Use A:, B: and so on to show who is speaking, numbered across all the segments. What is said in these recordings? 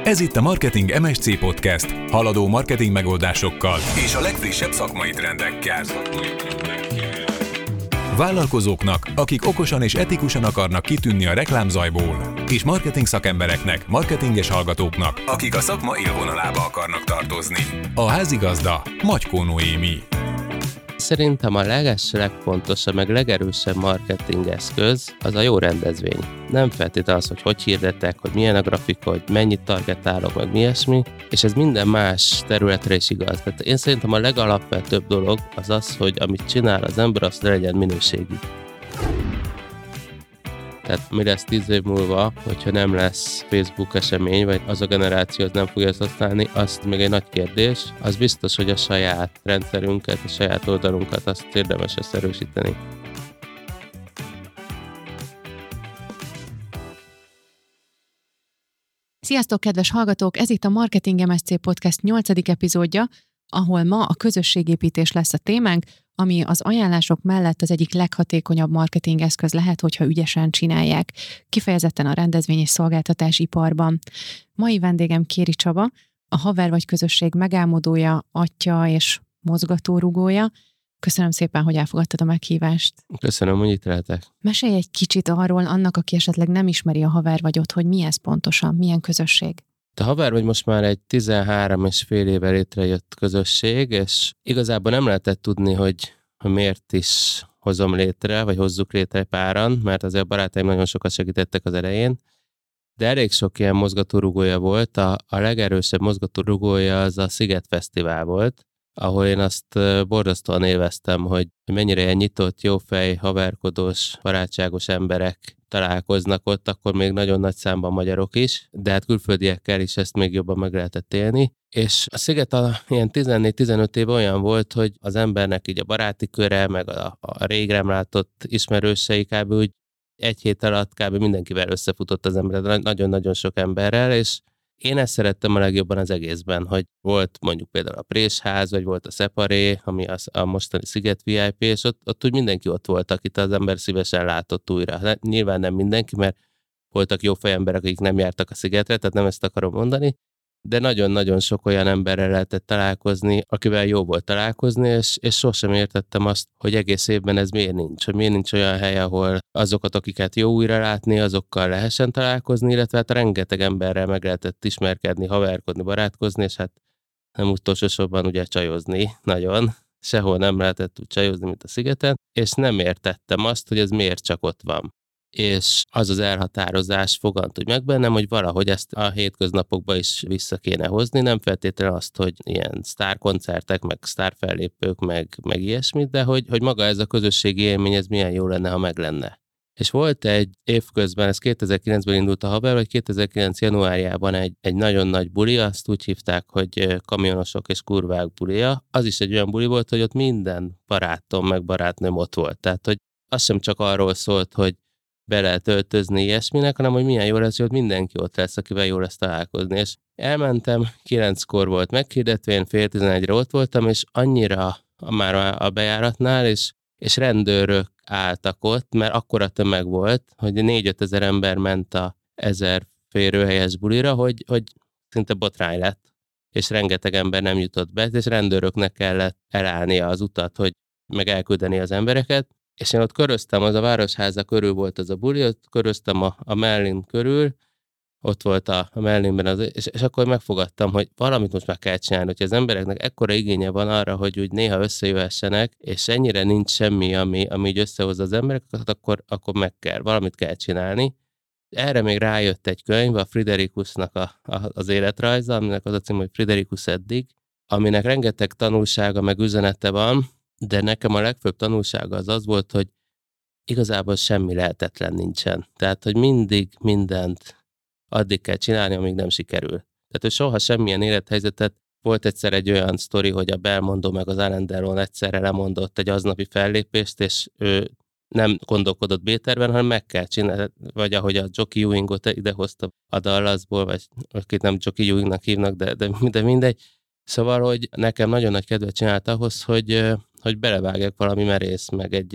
A: Ez itt a Marketing MSC Podcast, haladó marketing megoldásokkal és a legfrissebb szakmai trendekkel. Vállalkozóknak, akik okosan és etikusan akarnak kitűnni a reklámzajból, és marketing szakembereknek, marketinges hallgatóknak, akik a szakma élvonalába akarnak tartozni. A házigazda Magykó Noémi.
B: Szerintem a legfontosabb, meg legerősebb marketing eszköz az a jó rendezvény. Nem feltétlenül az, hogy hirdetek, hogy milyen a grafika, hogy mennyit targetálok, meg mi ilyesmi, és ez minden más területre is igaz. Tehát én szerintem a legalapvetőbb dolog az az, hogy amit csinál az ember, az legyen minőségi. Tehát mi lesz 10 év múlva, hogyha nem lesz Facebook esemény, vagy az a generáció az nem fogja ezt használni, az még egy nagy kérdés. Az biztos, hogy a saját rendszerünket, a saját oldalunkat azt érdemes ezt erősíteni.
C: Sziasztok, kedves hallgatók! Ez itt a Marketing MSC Podcast 8. epizódja, ahol ma a közösségépítés lesz a témánk, ami az ajánlások mellett az egyik leghatékonyabb marketing eszköz lehet, hogyha ügyesen csinálják, kifejezetten a rendezvény és szolgáltatás iparban. Mai vendégem Kéri Csaba, a Haver vagy Közösség megálmodója, atya és mozgatórugója. Köszönöm szépen, hogy elfogadtad a meghívást.
B: Köszönöm, hogy itt lehetek.
C: Mesélj egy kicsit arról annak, aki esetleg nem ismeri a Haver vagyot, hogy mi ez pontosan, milyen közösség.
B: A Haver vagy most már egy 13 és fél éve létrejött közösség, és igazából nem lehetett tudni, hogy miért is hozom létre, vagy hozzuk létre páran, mert azért a barátaim nagyon sokat segítettek az elején, de elég sok ilyen mozgatórugója volt. A legerősebb mozgatórugója az a Sziget Fesztivál volt, ahol én azt borzasztóan élveztem, hogy mennyire ilyen nyitott, jófej, haverkodós, barátságos emberek találkoznak ott, akkor még nagyon nagy számban magyarok is, de hát külföldiekkel is ezt még jobban meg lehetett élni. És a Sziget ilyen 14-15 év olyan volt, hogy az embernek így a baráti köre, meg a régre látott ismerősei kb. Úgy egy hét alatt kb. Mindenkivel összefutott az ember, nagyon-nagyon sok emberrel, és én ezt szerettem a legjobban az egészben, hogy volt mondjuk például a Présház, vagy volt a Separé, ami a mostani Sziget VIP, és ott úgy mindenki ott volt, akit az ember szívesen látott újra. Nyilván nem mindenki, mert voltak jó fejemberek, akik nem jártak a Szigetre, tehát nem ezt akarom mondani, de nagyon-nagyon sok olyan emberrel lehetett találkozni, akivel jó volt találkozni, és sosem értettem azt, hogy egész évben ez miért nincs. Hogy miért nincs olyan hely, ahol azokat, akiket jó újra látni, azokkal lehessen találkozni, illetve hát rengeteg emberrel meg lehetett ismerkedni, haverkodni, barátkozni, és hát nem utolsó sorban ugye csajozni nagyon. Sehol nem lehetett úgy csajozni, mint a Szigeten, és nem értettem azt, hogy ez miért csak ott van. És az elhatározás fogant úgy meg bennem, hogy valahogy ezt a hétköznapokba is vissza kéne hozni, nem feltétlenül azt, hogy ilyen sztárkoncertek, meg sztárfellépők, meg ilyesmit, de hogy maga ez a közösségi élmény, ez milyen jó lenne, ha meg lenne. És volt egy évközben, ez 2009-ben indult a Haver, vagy 2009. januárjában egy nagyon nagy buli, azt úgy hívták, hogy kamionosok és kurvák bulia. Az is egy olyan buli volt, hogy ott minden barátom, meg barátnőm ott volt. Tehát, hogy az sem csak arról szólt, hogy be lehet öltözni ilyesminek, hanem hogy milyen jó lesz, hogy mindenki ott lesz, akivel jó lesz találkozni. És elmentem, 9-kor volt meghirdetve, én 10:30-re ott voltam, és annyira már a bejáratnál, és rendőrök álltak ott, mert akkora tömeg volt, hogy 4-5 ezer ember ment a 1000 férőhelyes bulira, hogy szinte botrány lett, és rengeteg ember nem jutott be, és rendőröknek kellett elállnia az utat, hogy meg elküldeni az embereket. És én ott köröztem, az a Városháza körül volt az a buli, ott köröztem a Mellin körül, ott volt a Mellinben, és akkor megfogadtam, hogy valamit most már kell csinálni, hogy az embereknek ekkora igénye van arra, hogy úgy néha összejöhessenek, és ennyire nincs semmi, ami így összehozza az embereket, akkor meg kell, valamit kell csinálni. Erre még rájött egy könyv, a Friderikusnak az életrajza, aminek az a cím, hogy Friderikus eddig, aminek rengeteg tanulsága meg üzenete van, de nekem a legfőbb tanulsága az volt, hogy igazából semmi lehetetlen nincsen. Tehát, hogy mindig mindent addig kell csinálni, amíg nem sikerül. Tehát, hogy soha semmilyen élethelyzetet. Volt egyszer egy olyan sztori, hogy a Belmondo meg az Alain Delon egyszerre lemondott egy aznapi fellépést, és ő nem gondolkodott B-terven, hanem meg kell csinálni, vagy ahogy a Jockey Ewingot idehozta a Dallasból, vagy akit nem Jockey Ewingnak hívnak, de mindegy. Szóval, hogy nekem nagyon nagy kedvet csinált ahhoz, hogy belevágjak valami merész, meg egy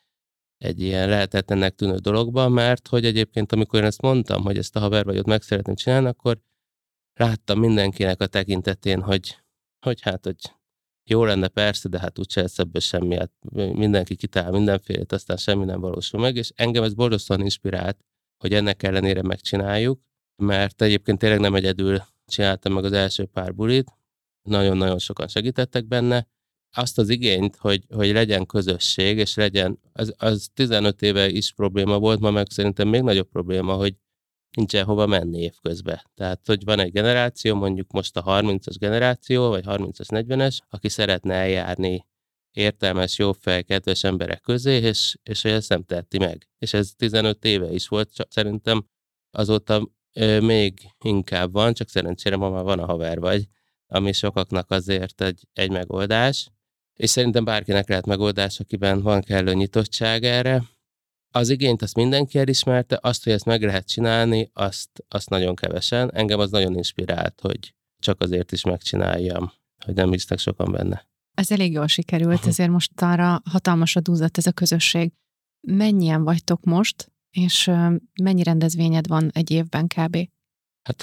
B: ilyen lehetetlennek tűnő dologba, mert hogy egyébként, amikor én ezt mondtam, hogy ezt a Haver vagyot meg szeretném csinálni, akkor láttam mindenkinek a tekintetén, hogy jó lenne persze, de hát úgyse lesz ebből semmi. Hát mindenki kitál mindenfélét, aztán semmi nem valósul meg, és engem ez borzasztóan inspirált, hogy ennek ellenére megcsináljuk, mert egyébként tényleg nem egyedül csináltam meg az első pár bulit, nagyon-nagyon sokan segítettek benne. Azt az igényt, hogy legyen közösség, és legyen, az 15 éve is probléma volt, ma meg szerintem még nagyobb probléma, hogy nincsen hova menni évközben. Tehát, hogy van egy generáció, mondjuk most a 30-as generáció, vagy 30-as, 40-es, aki szeretne eljárni értelmes, jófej, kedves emberek közé, és hogy ezt nem teheti meg. És ez 15 éve is volt, csak szerintem azóta még inkább van, csak szerencsére ma már van a haver vagy, ami sokaknak azért egy megoldás. És szerintem bárkinek lehet megoldás, akiben van kellő nyitottság erre. Az igényt azt mindenki elismerte, azt, hogy ezt meg lehet csinálni, azt nagyon kevesen. Engem az nagyon inspirált, hogy csak azért is megcsináljam, hogy nem hisznek sokan benne.
C: Ez elég jól sikerült, ezért most arra hatalmasra dúzott ez a közösség. Mennyien vagytok most, és mennyi rendezvényed van egy évben kb.?
B: Hát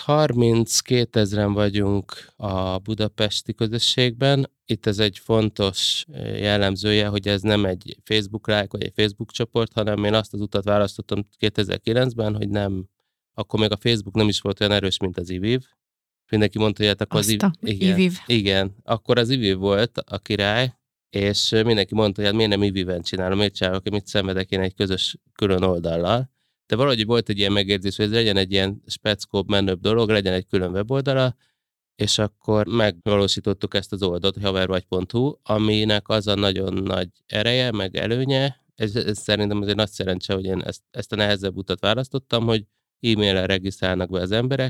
B: 32 000 vagyunk a budapesti közösségben. Itt ez egy fontos jellemzője, hogy ez nem egy Facebook like vagy egy Facebook csoport, hanem én azt az utat választottam 2009-ben, hogy nem, akkor még a Facebook nem is volt olyan erős, mint az IVIV. Mindenki mondta, hogy hát akkor az IVIV. Igen, akkor az IVIV volt a király, és mindenki mondta, hogy hát miért nem IVIV-en csinálom, miért csinálok, mit szenvedek én egy közös külön oldallal. De valahogy volt egy ilyen megérzés, hogy ez legyen egy ilyen speckóbb, menőbb dolog, legyen egy külön weboldala, és akkor megvalósítottuk ezt az oldalt, hogy havervagy.hu, aminek az a nagyon nagy ereje, meg előnye. Ez szerintem azért nagy szerencse, hogy én ezt a nehezebb utat választottam, hogy e-mailre regisztrálnak be az emberek,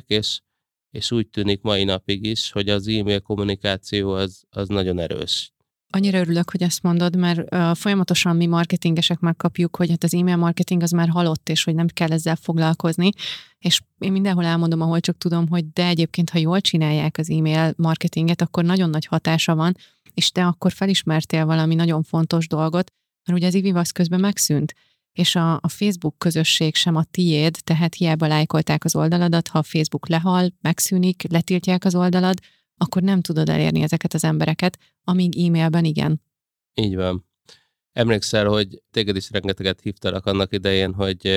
B: és úgy tűnik mai napig is, hogy az e-mail kommunikáció az nagyon erős.
C: Annyira örülök, hogy ezt mondod, mert folyamatosan mi marketingesek megkapjuk, hogy hát az e-mail marketing az már halott, és hogy nem kell ezzel foglalkozni. És én mindenhol elmondom, ahol csak tudom, hogy de egyébként, ha jól csinálják az e-mail marketinget, akkor nagyon nagy hatása van, és te akkor felismertél valami nagyon fontos dolgot, mert ugye az IVIV az közben megszűnt, és a Facebook közösség sem a tiéd, tehát hiába lájkolták az oldaladat, ha a Facebook lehal, megszűnik, letiltják az oldalad, akkor nem tudod elérni ezeket az embereket, amíg e-mailben igen.
B: Így van. Emlékszel, hogy téged is rengeteget hívtalak annak idején, hogy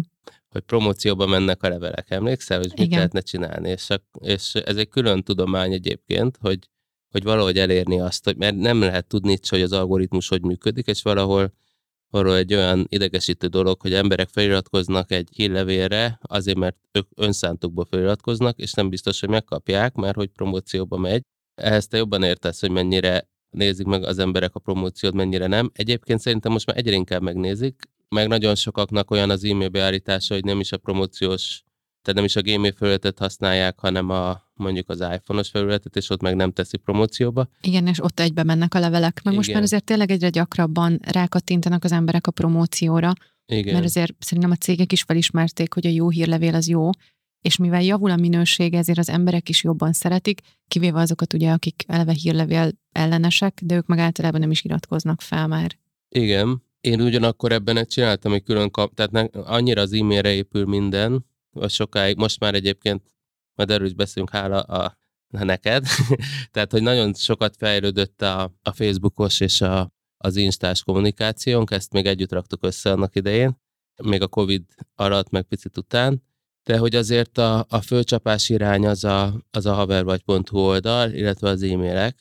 B: promócióba mennek a levelek. Emlékszel, hogy mit lehetne csinálni? És ez egy külön tudomány egyébként, hogy valahogy elérni azt, hogy, mert nem lehet tudni, hogy az algoritmus hogy működik, és valahol egy olyan idegesítő dolog, hogy emberek feliratkoznak egy hírlevélre, azért, mert ők önszántukból feliratkoznak, és nem biztos, hogy megkapják, mert hogy promócióba megy. Ehhez te jobban értesz, hogy mennyire nézik meg az emberek a promóciót, mennyire nem. Egyébként szerintem most már egyre inkább megnézik, meg nagyon sokaknak olyan az e-mail beállítása, hogy nem is a promóciós, tehát nem is a Gmail felületet használják, hanem mondjuk az iPhone-os felületet, és ott meg nem teszi promócióba.
C: Igen, és ott egybe mennek a levelek. Meg most már azért tényleg egyre gyakrabban rákattintanak az emberek a promócióra,
B: igen.
C: Mert azért szerintem a cégek is felismerték, hogy a jó hírlevél az jó, és mivel javul a minősége, ezért az emberek is jobban szeretik, kivéve azokat ugye, akik eleve hírlevél ellenesek, de ők meg általában nem is iratkoznak fel már.
B: Igen, én ugyanakkor ebben csináltam egy külön tehát annyira az e-mailre épül minden, vagy sokáig, most már egyébként, majd erről is beszélünk, hála neked, tehát, hogy nagyon sokat fejlődött a Facebookos és az Instás kommunikációnk, ezt még együtt raktuk össze annak idején, még a Covid alatt, meg picit után, de hogy azért a fölcsapás irány az a havervagy.hu oldal, illetve az e-mailek,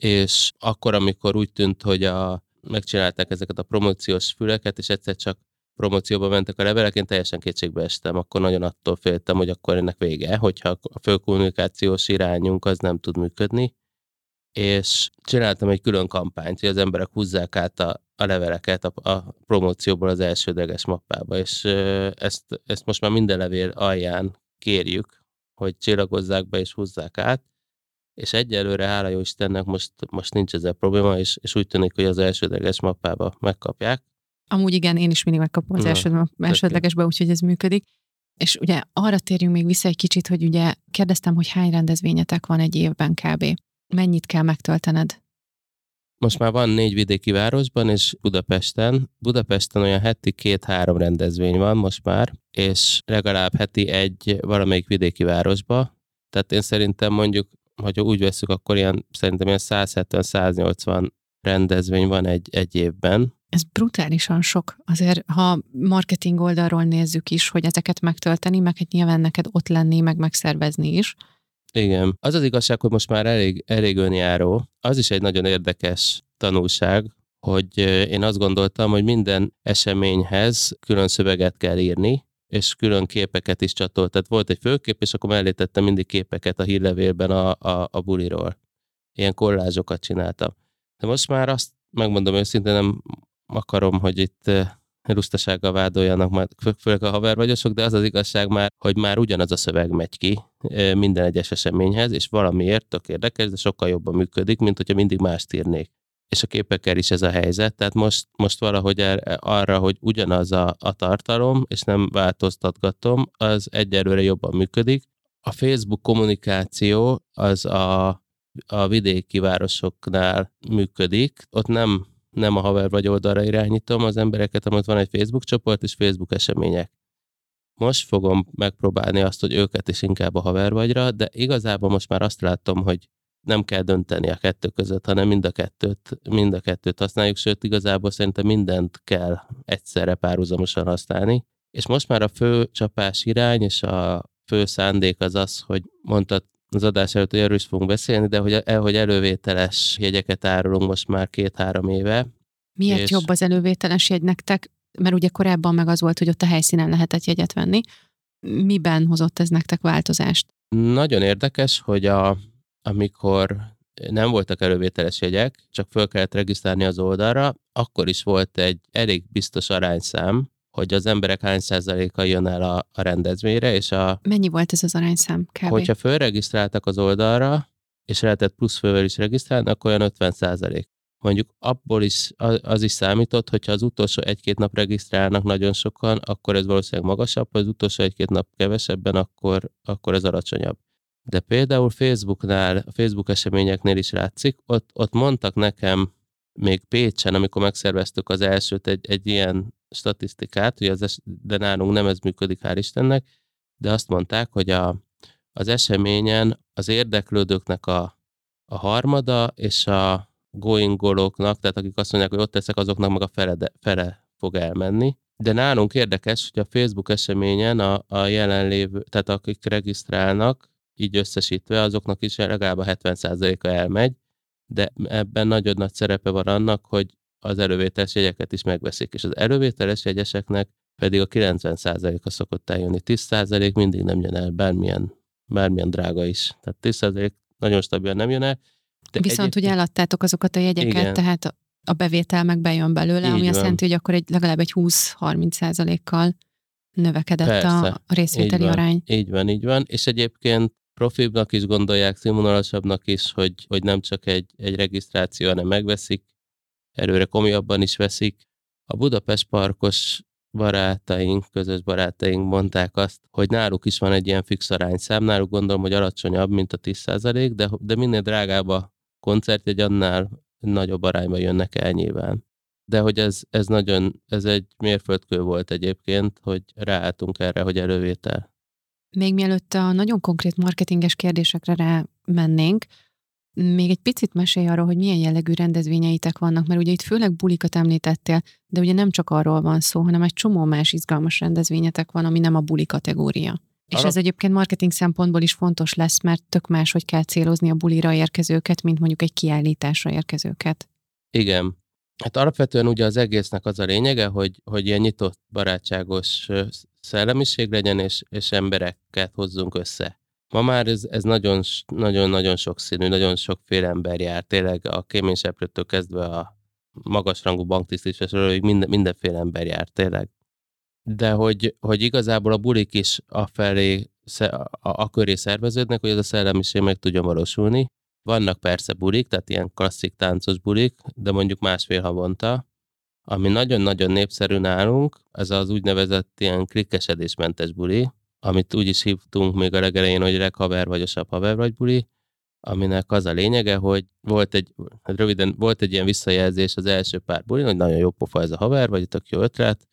B: és akkor, amikor úgy tűnt, hogy megcsinálták ezeket a promóciós füleket, és egyszer csak promócióba mentek a levelek, én teljesen kétségbe estem, akkor nagyon attól féltem, hogy akkor ennek vége, hogyha a fölkommunikációs irányunk az nem tud működni, és csináltam egy külön kampányt, hogy az emberek húzzák át a leveleket a promócióból az elsődleges mappába, és ezt most már minden levél alján kérjük, hogy csillagozzák be és húzzák át, és egyelőre, hála jó Istennek, most nincs ezzel probléma, és úgy tűnik, hogy az elsődleges mappába megkapják.
C: Amúgy igen, én is mindig megkapom az elsődlegesbe, úgyhogy ez működik. És ugye arra térjünk még vissza egy kicsit, hogy ugye kérdeztem, hogy hány rendezvényetek van egy évben kb. Mennyit kell megtöltened?
B: Most már van 4 vidéki városban, és Budapesten. Budapesten olyan heti 2-3 rendezvény van most már, és legalább heti 1 valamelyik vidéki városba. Tehát én szerintem mondjuk, ha úgy veszük, akkor szerintem ilyen 170-180 rendezvény van egy évben.
C: Ez brutálisan sok. Azért, ha marketing oldalról nézzük is, hogy ezeket megtölteni, meg hát nyilván neked ott lenni, meg megszervezni is.
B: Igen. Az az igazság, hogy most már elég önjáró. Az is egy nagyon érdekes tanulság, hogy én azt gondoltam, hogy minden eseményhez külön szöveget kell írni, és külön képeket is csatolt. Tehát volt egy főkép, és akkor mellé tettem mindig képeket a hírlevélben a buliról. Ilyen kollázsokat csináltam. De most már azt megmondom őszintén, nem akarom, hogy itt lustasággal vádoljanak, már főleg a havervagyosok, de az az igazság már, hogy már ugyanaz a szöveg megy ki minden egyes eseményhez, és valamiért tök érdekes, de sokkal jobban működik, mint hogyha mindig mást írnék. És a képekkel is ez a helyzet, tehát most valahogy arra, hogy ugyanaz a tartalom, és nem változtatgatom, az egyelőre jobban működik. A Facebook kommunikáció az a vidéki városoknál működik, ott nem a haver vagy oldalra irányítom az embereket, hanem ott van egy Facebook csoport és Facebook események. Most fogom megpróbálni azt, hogy őket is inkább a haver vagyra, de igazából most már azt látom, hogy nem kell dönteni a kettő között, hanem mind a kettőt használjuk, sőt igazából szerintem mindent kell egyszerre párhuzamosan használni. És most már a fő csapás irány és a fő szándék az, hogy mondtad az adás előtt, hogy erről is fogunk beszélni, de hogy elővételes jegyeket árulunk most már 2-3 éve.
C: Miért jobb az elővételes jegy nektek? Mert ugye korábban meg az volt, hogy ott a helyszínen lehetett jegyet venni. Miben hozott ez nektek változást?
B: Nagyon érdekes, hogy amikor nem voltak elővételes jegyek, csak föl kellett regisztrálni az oldalra, akkor is volt egy elég biztos arányszám, hogy az emberek hány százaléka jön el a rendezvényre, és
C: Mennyi volt ez az arányszám kb?
B: Hogyha fölregisztráltak az oldalra, és lehetett plusz fővel is regisztrálni, akkor olyan 50%. Mondjuk abból is az is számított, hogyha az utolsó 1-2 nap regisztrálnak nagyon sokan, akkor ez valószínűleg magasabb, ha az utolsó 1-2 nap kevesebben, akkor ez alacsonyabb. De például a Facebook eseményeknél is látszik, ott mondtak nekem még Pécsen, amikor megszerveztük az elsőt egy ilyen statisztikát, de nálunk nem ez működik, hál' Istennek, de azt mondták, hogy az eseményen az érdeklődőknek a harmada, és a goingolóknak, tehát akik azt mondják, hogy ott leszek, azoknak meg a fele fog elmenni. De nálunk érdekes, hogy a Facebook eseményen a jelenlévő, tehát akik regisztrálnak, így összesítve, azoknak is legalább a 70%-a elmegy, de ebben nagyon nagy szerepe van annak, hogy az elővételes jegyeket is megveszik, és az elővételes jegyeseknek pedig a 90%-a szokott eljönni. 10% mindig nem jön el, bármilyen drága is. Tehát 10% nagyon stabilan nem jön el.
C: Viszont ugye eladtátok azokat a jegyeket, igen. Tehát a bevétel meg bejön belőle, így ami azt jelenti, hogy akkor legalább egy 20-30%-kal növekedett a részvételi arány.
B: Így van. És egyébként profibbnak is gondolják, színvonalasabbnak is, hogy nem csak egy regisztráció, hanem megveszik, előre komiabban is veszik. A Budapest Parkos közös barátaink mondták azt, hogy náluk is van egy ilyen fix arányszám, náluk gondolom, hogy alacsonyabb, mint a 10%, de minél drágább a koncertjegy, annál nagyobb arányban jönnek el nyilván. De hogy ez egy mérföldkő volt egyébként, hogy ráálltunk erre, hogy elővétel.
C: Még mielőtt a nagyon konkrét marketinges kérdésekre mennénk, még egy picit mesélj arról, hogy milyen jellegű rendezvényeitek vannak, mert ugye itt főleg bulikat említettél, de ugye nem csak arról van szó, hanem egy csomó más izgalmas rendezvényetek van, ami nem a buli kategória. És ez egyébként marketing szempontból is fontos lesz, mert tök más, hogy kell célozni a bulira érkezőket, mint mondjuk egy kiállításra érkezőket.
B: Igen. Hát alapvetően ugye az egésznek az a lényege, hogy ilyen nyitott, barátságos szellemiség legyen, és embereket hozzunk össze. Ma már ez nagyon sokszínű, nagyon sokféle ember jár. Tényleg a kéményseprőtől kezdve a magasrangú banktisztviselőig mindenféle ember jár, tényleg. De hogy igazából a bulik is a köré szerveződnek, hogy ez a szellemiség meg tudjon valósulni. Vannak persze bulik, tehát ilyen klasszik táncos bulik, de mondjuk 1,5 havonta, ami nagyon-nagyon népszerű nálunk, ez az úgynevezett ilyen klikkesedésmentes buli, amit úgy is hívtunk még a legelején, hogy leghavervagyosabb havervagy buli, aminek az a lényege, hogy volt egy ilyen visszajelzés az első pár bulin, hogy nagyon jó pofa ez a haver, vagy tök jó ötlet,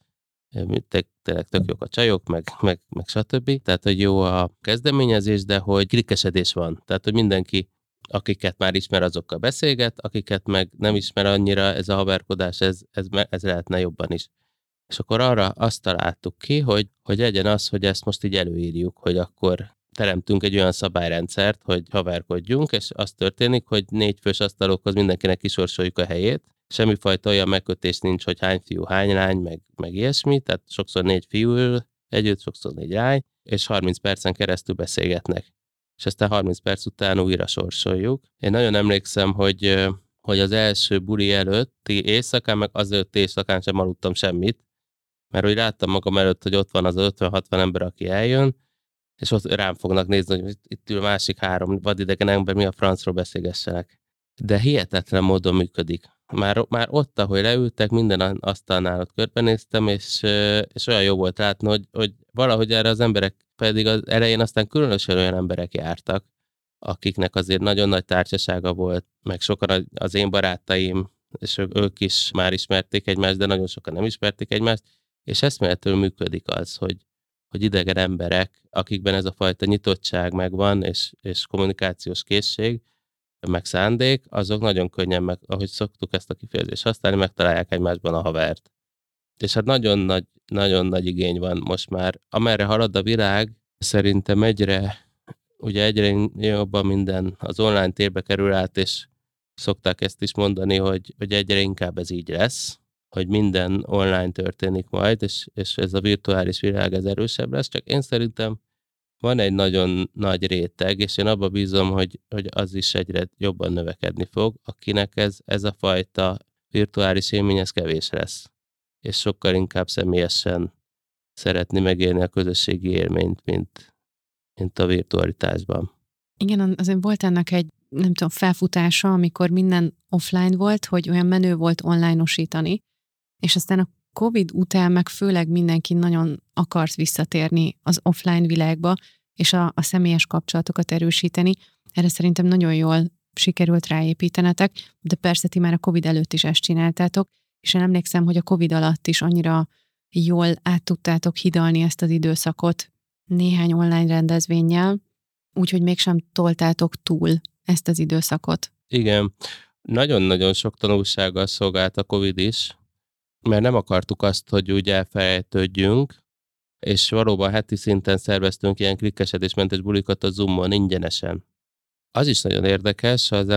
B: tényleg tök jók a csajok, meg stb. Tehát, hogy jó a kezdeményezés, de hogy klikkesedés van. Tehát, hogy mindenki, akiket már ismer, azokkal beszélget, akiket meg nem ismer annyira, ez a haverkodás, ez lehetne jobban is. És akkor arra azt találtuk ki, hogy legyen az, hogy ezt most így előírjuk, hogy akkor teremtünk egy olyan szabályrendszert, hogy haverkodjunk, és az történik, hogy 4 fős asztalokhoz mindenkinek kisorsoljuk a helyét, semmifajta olyan megkötés nincs, hogy hány fiú, hány lány, meg ilyesmi, tehát sokszor 4 fiú ül együtt, sokszor 4 lány, és 30 percen keresztül beszélgetnek. És aztán 30 perc után újra sorsoljuk. Én nagyon emlékszem, hogy az első buli előtti éjszakán, meg azért éjszakán sem aludtam semmit, mert úgy láttam magam előtt, hogy ott van az 50-60 ember, aki eljön, és ott rám fognak nézni, hogy itt ül másik 3 vadidegen ember, mi a francról beszélgessenek. De hihetetlen módon működik. Már ott, ahogy leültek, minden asztalnál ott körbenéztem, és olyan jó volt látni, hogy valahogy erre az emberek, pedig az elején aztán különösen olyan emberek jártak, akiknek azért nagyon nagy társasága volt, meg sokan az én barátaim, és ők is már ismerték egymást, de nagyon sokan nem ismerték egymást, és eszméletlenül működik az, hogy idegen emberek, akikben ez a fajta nyitottság megvan, és kommunikációs készség, meg szándék, azok nagyon könnyen, ahogy szoktuk ezt a kifejezést használni, megtalálják egymásban a havert. És hát nagyon nagy igény van most már. Amerre halad a világ, szerintem egyre jobban minden az online térbe kerül át, és szokták ezt is mondani, hogy egyre inkább ez így lesz, hogy minden online történik majd, és ez a virtuális világ ez erősebb lesz, csak én szerintem van egy nagyon nagy réteg, és én abba bízom, hogy az is egyre jobban növekedni fog, akinek ez a fajta virtuális élmény, ez kevés lesz. És sokkal inkább személyesen szeretni megélni a közösségi élményt, mint a virtualitásban.
C: Igen, azért volt ennek egy, nem tudom, felfutása, amikor minden offline volt, hogy olyan menő volt online-osítani, és aztán a Covid után meg főleg mindenki nagyon akart visszatérni az offline világba, és a személyes kapcsolatokat erősíteni. Erre szerintem nagyon jól sikerült ráépítenetek, de persze ti már a Covid előtt is ezt csináltátok, és én emlékszem, hogy a Covid alatt is annyira jól át tudtátok hidalni ezt az időszakot néhány online rendezvénnyel, úgyhogy mégsem toltátok túl ezt az időszakot.
B: Igen, nagyon-nagyon sok tanulsággal szolgált a Covid is, mert nem akartuk azt, hogy úgy elfelejtődjünk, és valóban heti szinten szerveztünk ilyen klikkesedésmentes bulikat a Zoomon ingyenesen. Az is nagyon érdekes, az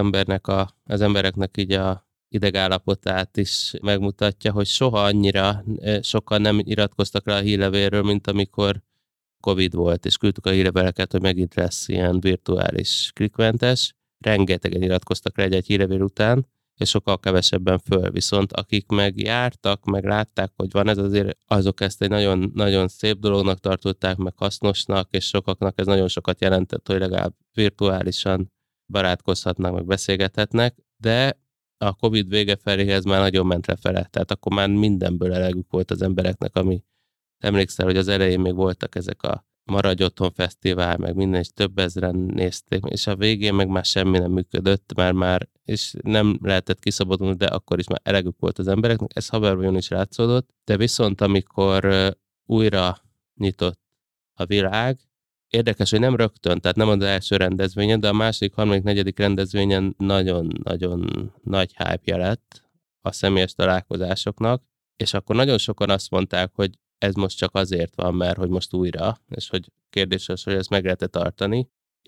B: embereknek így a idegállapotát is megmutatja, hogy soha annyira sokan nem iratkoztak rá a hírlevélről, mint amikor Covid volt, és küldtük a hírleveleket, hogy megint lesz ilyen virtuális klikmentes. Rengetegen iratkoztak rá egy hírlevél után, és sokkal kevesebben föl. Viszont akik meg jártak, meg látták, hogy van ez, azért azok ezt egy nagyon, nagyon szép dolognak tartották, meg hasznosnak, és sokaknak ez nagyon sokat jelentett, hogy legalább virtuálisan barátkozhatnak, meg beszélgethetnek, de a Covid vége felé ez már nagyon ment lefele. Tehát akkor már mindenből elegük volt az embereknek, ami emlékszel, hogy az elején még voltak ezek a Maradj Otthon Fesztivál, meg minden, és több ezren nézték, és a végén meg már semmi nem működött, már és nem lehetett kiszabadulni, de akkor is már elegük volt az embereknek, ez havervajon is látszódott, de viszont amikor újra nyitott a világ, érdekes, hogy nem rögtön, tehát nem az első rendezvényen, de a második, harmadik, negyedik rendezvényen nagyon-nagyon nagy hype lett a személyes találkozásoknak, és akkor nagyon sokan azt mondták, hogy ez most csak azért van, mert hogy most újra, és hogy kérdés az, hogy ezt meg lehet-e tartani,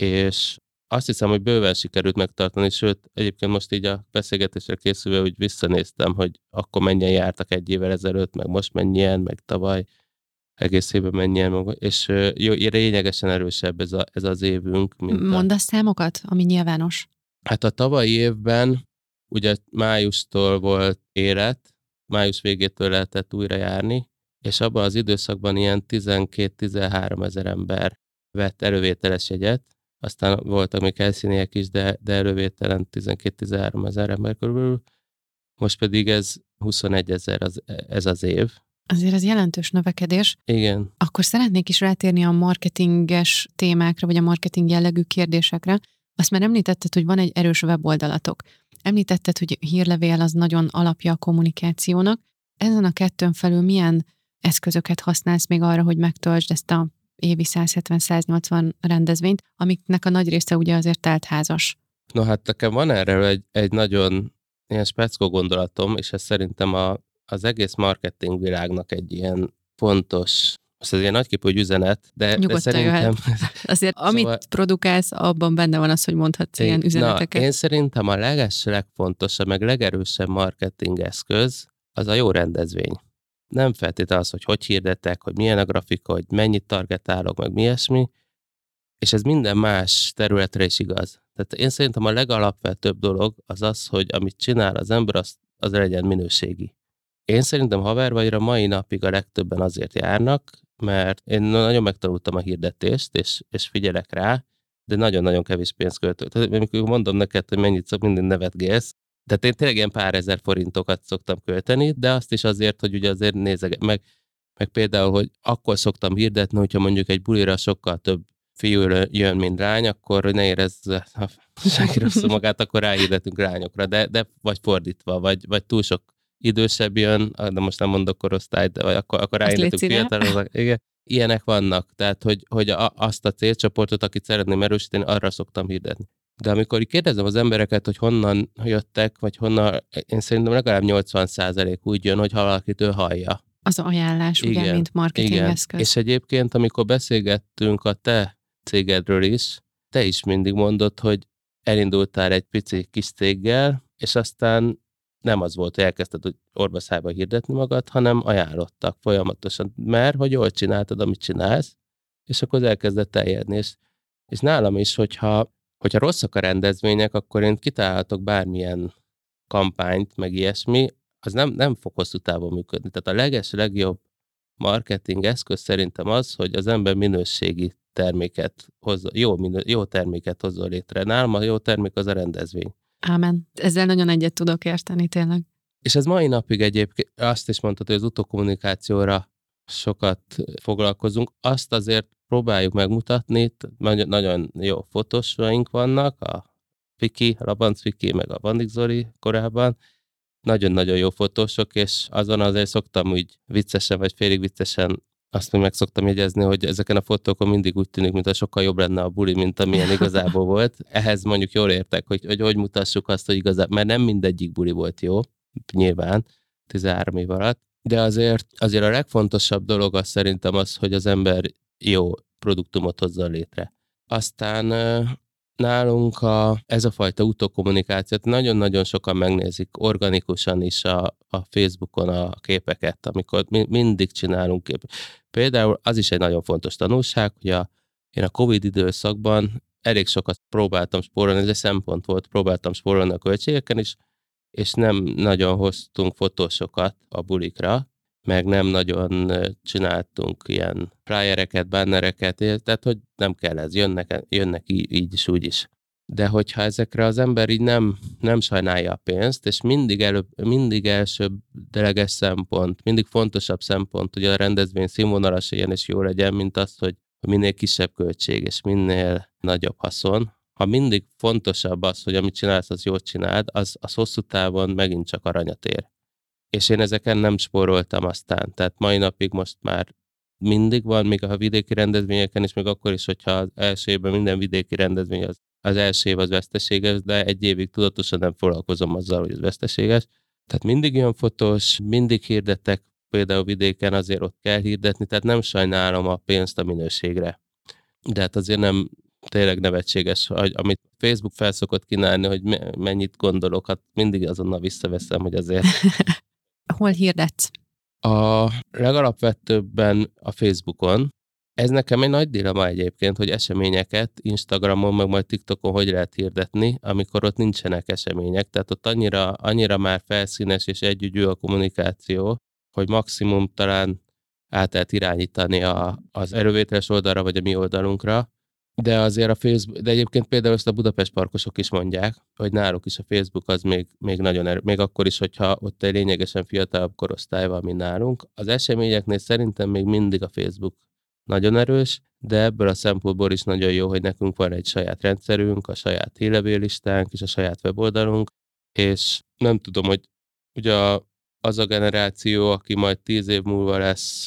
B: és azt hiszem, hogy bőven sikerült megtartani, sőt, egyébként most így a beszélgetésre készülve úgy visszanéztem, hogy akkor mennyien jártak 1 évvel ezelőtt, meg most mennyien, meg tavaly egész évben mennyien, és lényegesen erősebb ez az évünk.
C: Mondasz számokat, ami nyilvános?
B: Hát a tavalyi évben ugye májustól volt élet, május végétől lehetett újra járni, és abban az időszakban ilyen 12-13 ezer ember vett elővételes jegyet, aztán voltak még helyszíniek is, de elővételen 12-13 ezer ember körülbelül, most pedig ez 21 ezer ez az év.
C: Azért ez jelentős növekedés.
B: Igen.
C: Akkor szeretnék is rátérni a marketinges témákra, vagy a marketing jellegű kérdésekre. Azt már említetted, hogy van egy erős weboldalatok. Említetted, hogy hírlevél az nagyon alapja a kommunikációnak. Ezen a kettőn felül milyen eszközöket használsz még arra, hogy megtöltsd ezt a évi 170-180 rendezvényt, amiknek a nagy része ugye azért teltházas.
B: No hát nekem van erről egy nagyon ilyen speckó gondolatom, és ez szerintem az egész marketing világnak egy ilyen fontos, ez ilyen nagyképű üzenet, de szerintem...
C: Azért amit produkálsz, abban benne van az, hogy mondhatsz ilyen üzeneteket.
B: Én szerintem a legfontosabb, meg legerősebb marketing eszköz az a jó rendezvény. Nem feltétlenül az, hogy hirdetek, hogy milyen a grafika, hogy mennyit targetálok, meg mi ilyesmi, és ez minden más területre is igaz. Tehát én szerintem a legalapvetőbb dolog az, hogy amit csinál az ember, az legyen minőségi. Én szerintem havervagyra mai napig a legtöbben azért járnak, mert én nagyon megtanultam a hirdetést, és figyelek rá, de nagyon-nagyon kevés pénzt költök. Tehát amikor mondom neked, hogy mennyit szok, mindig nevetgélsz. Tehát én tényleg ilyen pár ezer forintokat szoktam költeni, de azt is azért, hogy ugye azért nézek, meg például, hogy akkor szoktam hirdetni, hogyha mondjuk egy bulira sokkal több fiú jön, mint lány, akkor ne érezze, ha senki rosszul magát, akkor ráhirdetünk lányokra, de vagy fordítva, vagy túl sok idősebb jön, de most nem mondok korosztályt, de vagy akkor ráhirdetünk fiatalok. Igen. Ilyenek vannak, tehát hogy azt a célcsoportot, akit szeretném erősíteni, arra szoktam hirdetni. De amikor kérdezem az embereket, hogy honnan jöttek, vagy honnan, én szerintem legalább 80% úgy jön, hogy valakitől hallja.
C: Az ajánlás, igen, ugye, mint marketingeszköz.
B: És egyébként, amikor beszélgettünk a te cégedről is, te is mindig mondod, hogy elindultál egy pici kis céggel, és aztán nem az volt, hogy elkezdted, hogy orbaszájba hirdetni magad, hanem ajánlottak folyamatosan, mert hogy jól csináltad, amit csinálsz, és akkor az elkezdett terjedni. És nálam is, hogyha rosszak a rendezvények, akkor én kitálhatok bármilyen kampányt, meg ilyesmi, az nem fog hosszú távon működni. Tehát a legjobb marketing eszköz szerintem az, hogy az ember minőségi terméket hozza, jó terméket hozzon létre. Nálam a jó termék az a rendezvény.
C: Ámen. Ezzel nagyon egyet tudok érteni, tényleg.
B: És ez mai napig egyébként azt is mondtad, hogy az utókommunikációra sokat foglalkozunk. Azt azért próbáljuk megmutatni, nagyon jó fotósaink vannak, a Labanc Viki, meg a Vandik Zoli korábban, nagyon-nagyon jó fotósok, és azon azért szoktam úgy viccesen, vagy félig viccesen azt még meg szoktam jegyezni, hogy ezeken a fotókon mindig úgy tűnik, mintha sokkal jobb lenne a buli, mint amilyen igazából volt. Ehhez mondjuk jól értek, hogy mutassuk azt, hogy igazából, mert nem mindegyik buli volt jó, nyilván, 13 év alatt, de azért a legfontosabb dolog az szerintem az, hogy az ember jó produktumot hozzon létre. Aztán nálunk ez a fajta utókommunikációt nagyon-nagyon sokan megnézik organikusan is a Facebookon a képeket, amikor mindig csinálunk képeket. Például az is egy nagyon fontos tanulság, hogy én a Covid időszakban elég sokat próbáltam spórolni, ez egy szempont volt, próbáltam spórolni a költségeken is, és nem nagyon hoztunk fotósokat a bulikra, meg nem nagyon csináltunk ilyen flyereket, bannereket, tehát hogy nem kell ez, jönnek így is, úgy is. De hogyha ezekre az ember így nem sajnálja a pénzt, és mindig elsődleges szempont, mindig fontosabb szempont, hogy a rendezvény színvonalas legyen és jó legyen, mint az, hogy minél kisebb költség és minél nagyobb haszon. Ha mindig fontosabb az, hogy amit csinálsz, az jól csináld, az hosszú távon megint csak aranyat ér. És én ezeken nem spóroltam aztán. Tehát mai napig most már mindig van, még a vidéki rendezvényeken is, még akkor is, hogyha az első évben minden vidéki rendezvény az első év az veszteséges, de egy évig tudatosan nem foglalkozom azzal, hogy az veszteséges. Tehát mindig jön fotós, mindig hirdetek, például vidéken azért ott kell hirdetni, tehát nem sajnálom a pénzt a minőségre. De hát azért nem tényleg nevetséges, hogy amit Facebook felszokott kínálni, hogy mennyit gondolok, hát mindig azonnal visszaveszem, hogy azért...
C: Hol hirdetsz?
B: A legalapvetőbben a Facebookon. Ez nekem egy nagy dilemma egyébként, hogy eseményeket Instagramon, meg majd TikTokon hogy lehet hirdetni, amikor ott nincsenek események. Tehát ott annyira már felszínes és együgyű a kommunikáció, hogy maximum talán át lehet irányítani az erővételes oldalra, vagy a mi oldalunkra. De azért a Facebook, de egyébként például ezt a Budapest parkosok is mondják, hogy náluk is a Facebook az még nagyon még akkor is, hogyha ott egy lényegesen fiatalabb korosztály van, mint nálunk. Az eseményeknél szerintem még mindig a Facebook nagyon erős, de ebből a szempontból is nagyon jó, hogy nekünk van egy saját rendszerünk, a saját hírlevélistánk és a saját weboldalunk, és nem tudom, hogy ugye az a generáció, aki majd 10 év múlva lesz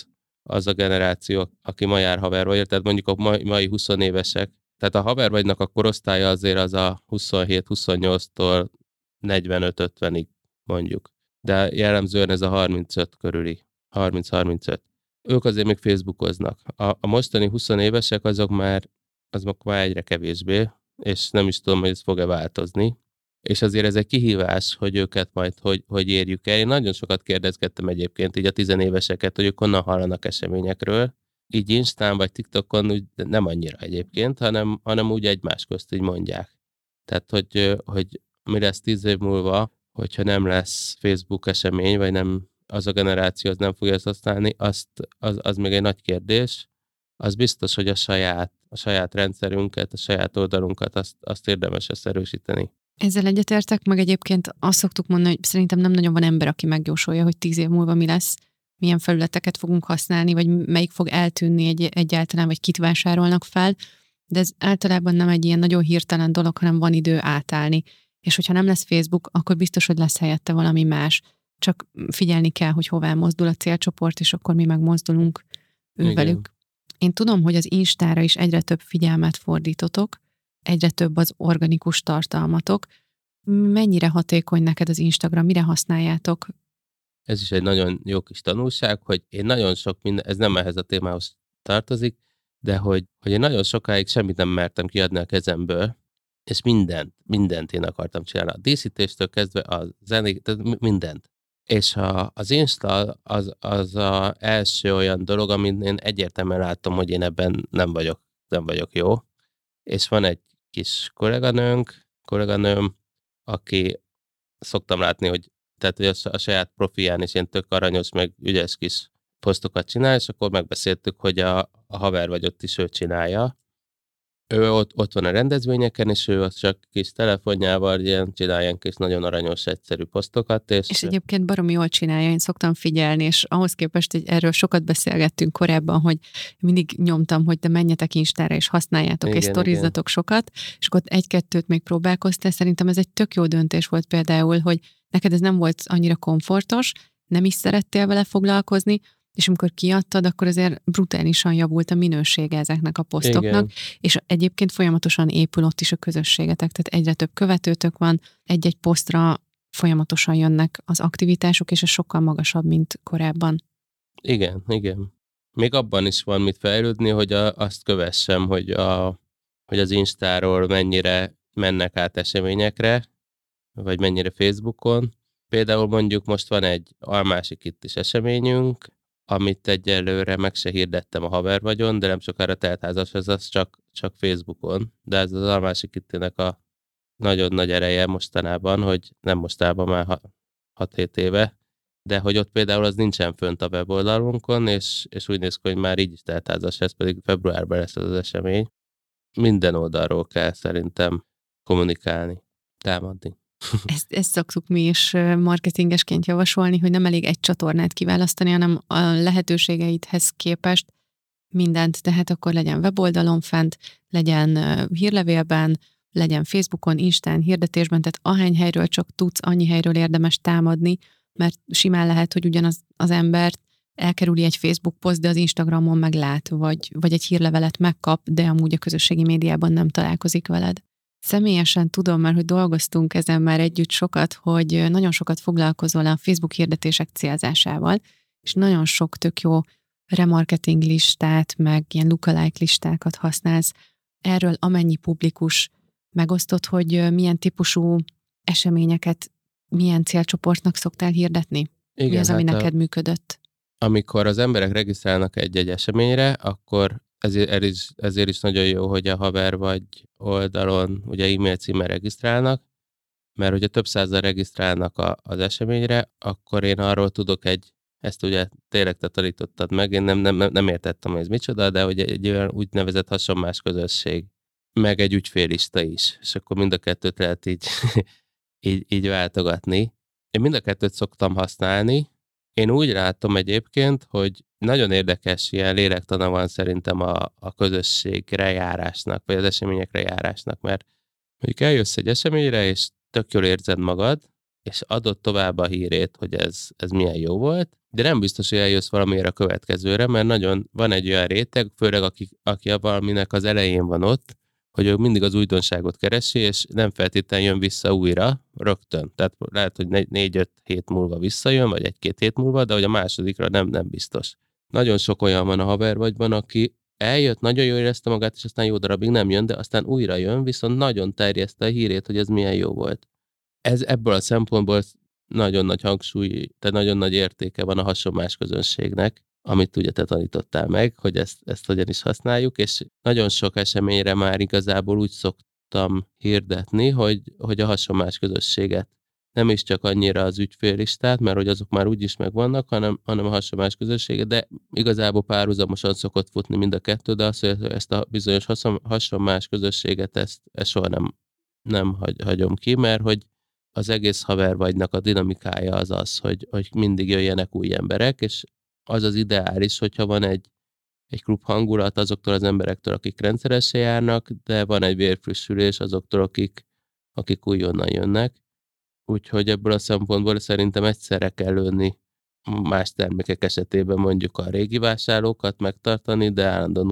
B: az a generáció, aki ma jár haverba, tehát mondjuk a mai 20 évesek. Tehát a havervagynak a korosztálya azért az a 27-28-tól 45-50-ig mondjuk. De jellemzően ez a 35 körüli, 30-35. Ők azért még Facebookoznak. A mostani 20 évesek azok már egyre kevésbé, és nem is tudom, hogy ez fog-e változni. És azért ez egy kihívás, hogy őket majd hogy érjük el. Én nagyon sokat kérdezgettem egyébként így a 10 éveseket, hogy ők honnan hallanak eseményekről. Így Instán vagy TikTokon úgy nem annyira egyébként, hanem úgy egymás közt így mondják. Tehát, hogy mi lesz 10 év múlva, hogyha nem lesz Facebook esemény, vagy nem az a generáció az nem fogja ezt használni, az még egy nagy kérdés. Az biztos, hogy a saját rendszerünket, a saját oldalunkat azt érdemes ezt erősíteni.
C: Ezzel egyetértek, meg egyébként azt szoktuk mondani, hogy szerintem nem nagyon van ember, aki megjósolja, hogy 10 év múlva mi lesz, milyen felületeket fogunk használni, vagy melyik fog eltűnni egyáltalán, vagy kit vásárolnak fel, de ez általában nem egy ilyen nagyon hirtelen dolog, hanem van idő átállni. És hogyha nem lesz Facebook, akkor biztos, hogy lesz helyette valami más. Csak figyelni kell, hogy hová mozdul a célcsoport, és akkor mi megmozdulunk velük. Én tudom, hogy az Instára is egyre több figyelmet fordítotok, egyre több az organikus tartalmatok. Mennyire hatékony neked az Instagram? Mire használjátok?
B: Ez is egy nagyon jó kis tanulság, hogy én nagyon sok ez nem ehhez a témához tartozik, de hogy én nagyon sokáig semmit nem mertem kiadni a kezemből, és mindent én akartam csinálni. A díszítéstől kezdve a zenék, tehát mindent. És az Insta az az első olyan dolog, amit én egyértelműen látom, hogy én ebben nem vagyok jó. És van egy kis kolléganőm, aki szoktam látni, hogy a saját profilján is ilyen tök aranyos, meg ügyes kis posztokat csinál, és akkor megbeszéltük, hogy a haver vagy ott is ő csinálja. Ő ott van a rendezvényeken, és ő az csak kis telefonjával csinál ilyen kis nagyon aranyos, egyszerű posztokat. És
C: egyébként baromi jól csinálja, én szoktam figyelni, és ahhoz képest, hogy erről sokat beszélgettünk korábban, hogy mindig nyomtam, hogy de menjetek Instára, és használjátok, és sztorizzatok sokat, és akkor egy-kettőt még próbálkoztál. Szerintem ez egy tök jó döntés volt például, hogy neked ez nem volt annyira komfortos, nem is szerettél vele foglalkozni, és amikor kiadtad, akkor azért brutálisan javult a minősége ezeknek a posztoknak, és egyébként folyamatosan épül ott is a közösségetek, tehát egyre több követőtök van, egy-egy posztra folyamatosan jönnek az aktivitások, és ez sokkal magasabb, mint korábban.
B: Igen. Még abban is van mit fejlődni, hogy azt kövessem, hogy az Instáról mennyire mennek át eseményekre, vagy mennyire Facebookon. Például mondjuk most van egy Almási Kittis eseményünk, amit egyelőre meg se hirdettem a havervagyon, de nem sokára teltházas, ez az csak Facebookon. De ez az Almási Kittinek a nagyon nagy ereje mostanában, hogy nem mostanában már 6-7 éve, de hogy ott például az nincsen fönt a weboldalunkon, és úgy néz ki, hogy már így is teltházas, ez pedig februárban lesz az esemény. Minden oldalról kell szerintem kommunikálni, támadni.
C: Ezt szoktuk mi is marketingesként javasolni, hogy nem elég egy csatornát kiválasztani, hanem a lehetőségeidhez képest mindent, tehát akkor legyen weboldalon fent, legyen hírlevélben, legyen Facebookon, Instán, hirdetésben, tehát ahány helyről csak tudsz, annyi helyről érdemes támadni, mert simán lehet, hogy ugyanaz az embert elkerüli egy Facebook poszt, de az Instagramon meglát, vagy egy hírlevelet megkap, de amúgy a közösségi médiában nem találkozik veled. Személyesen tudom már, hogy dolgoztunk ezen már együtt sokat, hogy nagyon sokat foglalkozol a Facebook hirdetések célzásával, és nagyon sok tök jó remarketing listát, meg ilyen lookalike listákat használsz. Erről amennyi publikus megosztott, hogy milyen típusú eseményeket, milyen célcsoportnak szoktál hirdetni?
B: Igen,
C: mi az, ami neked működött?
B: Amikor az emberek regisztrálnak egy eseményre, akkor ezért is nagyon jó, hogy a haver vagy oldalon ugye e-mail címmel regisztrálnak, mert hogyha több százal regisztrálnak az eseményre, akkor én arról tudok ezt ugye tényleg te tanítottad meg, én nem értettem, hogy ez micsoda, de hogy egy olyan úgynevezett hasonlás közösség, meg egy ügyféllista is, és akkor mind a kettőt lehet így váltogatni. Én mind a kettőt szoktam használni. Én úgy látom egyébként, hogy nagyon érdekes ilyen lélektana van szerintem a közösségre járásnak, vagy az eseményekre járásnak, mert mondjuk eljössz egy eseményre, és tök jól érzed magad, és adott tovább a hírét, hogy ez milyen jó volt, de nem biztos, hogy eljössz valamiért a következőre, mert nagyon van egy olyan réteg, főleg aki valaminek az elején van ott, hogy ő mindig az újdonságot keresi, és nem feltétlenül jön vissza újra rögtön. Tehát lehet, hogy 4-5 hét múlva visszajön, vagy 1-2 hét múlva, de hogy a másodikra nem biztos. Nagyon sok olyan van a havervagyban, aki eljött, nagyon jól érezte magát, és aztán jó darabig nem jön, de aztán újra jön, viszont nagyon terjeszte a hírét, hogy ez milyen jó volt. Ez ebből a szempontból nagyon nagy hangsúly, tehát nagyon nagy értéke van a hasonlás közönségnek, amit ugye te tanítottál meg, hogy ezt hogyan is használjuk, és nagyon sok eseményre már igazából úgy szoktam hirdetni, hogy a hasonlás közösséget nem is csak annyira az ügyféllistát, mert hogy azok már úgyis megvannak, hanem a hasonlás közösséget, de igazából párhuzamosan szokott futni mind a kettő, de azt, hogy ezt a bizonyos hasonlás közösséget, ezt soha nem hagyom ki, mert hogy az egész havervagynak a dinamikája az, hogy mindig jöjjenek új emberek, és az ideális, hogyha van egy klub hangulat azoktól az emberektől, akik rendszeresen járnak, de van egy vérfrissülés azoktól, akik újonnan jönnek. Úgyhogy ebből a szempontból szerintem egyszerre kell lőni más termékek esetében mondjuk a régi vásárlókat megtartani, de állandóan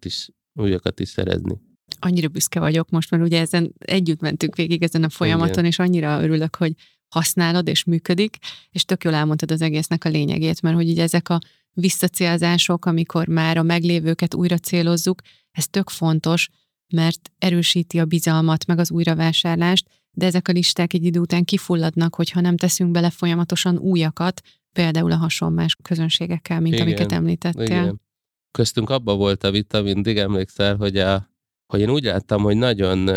B: újakat is szerezni.
C: Annyira büszke vagyok most, mert ugye ezen együtt mentünk végig ezen a folyamaton, igen. És annyira örülök, hogy használod és működik, és tök jól elmondtad az egésznek a lényegét, mert hogy ugye ezek a visszacélzások, amikor már a meglévőket újra célozzuk, ez tök fontos, mert erősíti a bizalmat, meg az újravásárlást, de ezek a listák egy idő után kifulladnak, hogyha nem teszünk bele folyamatosan újakat, például a hasonlás közönségekkel, mint igen, amiket említettél. Igen.
B: Köztünk abban volt a vita, mindig emlékszel, hogy én úgy láttam, hogy nagyon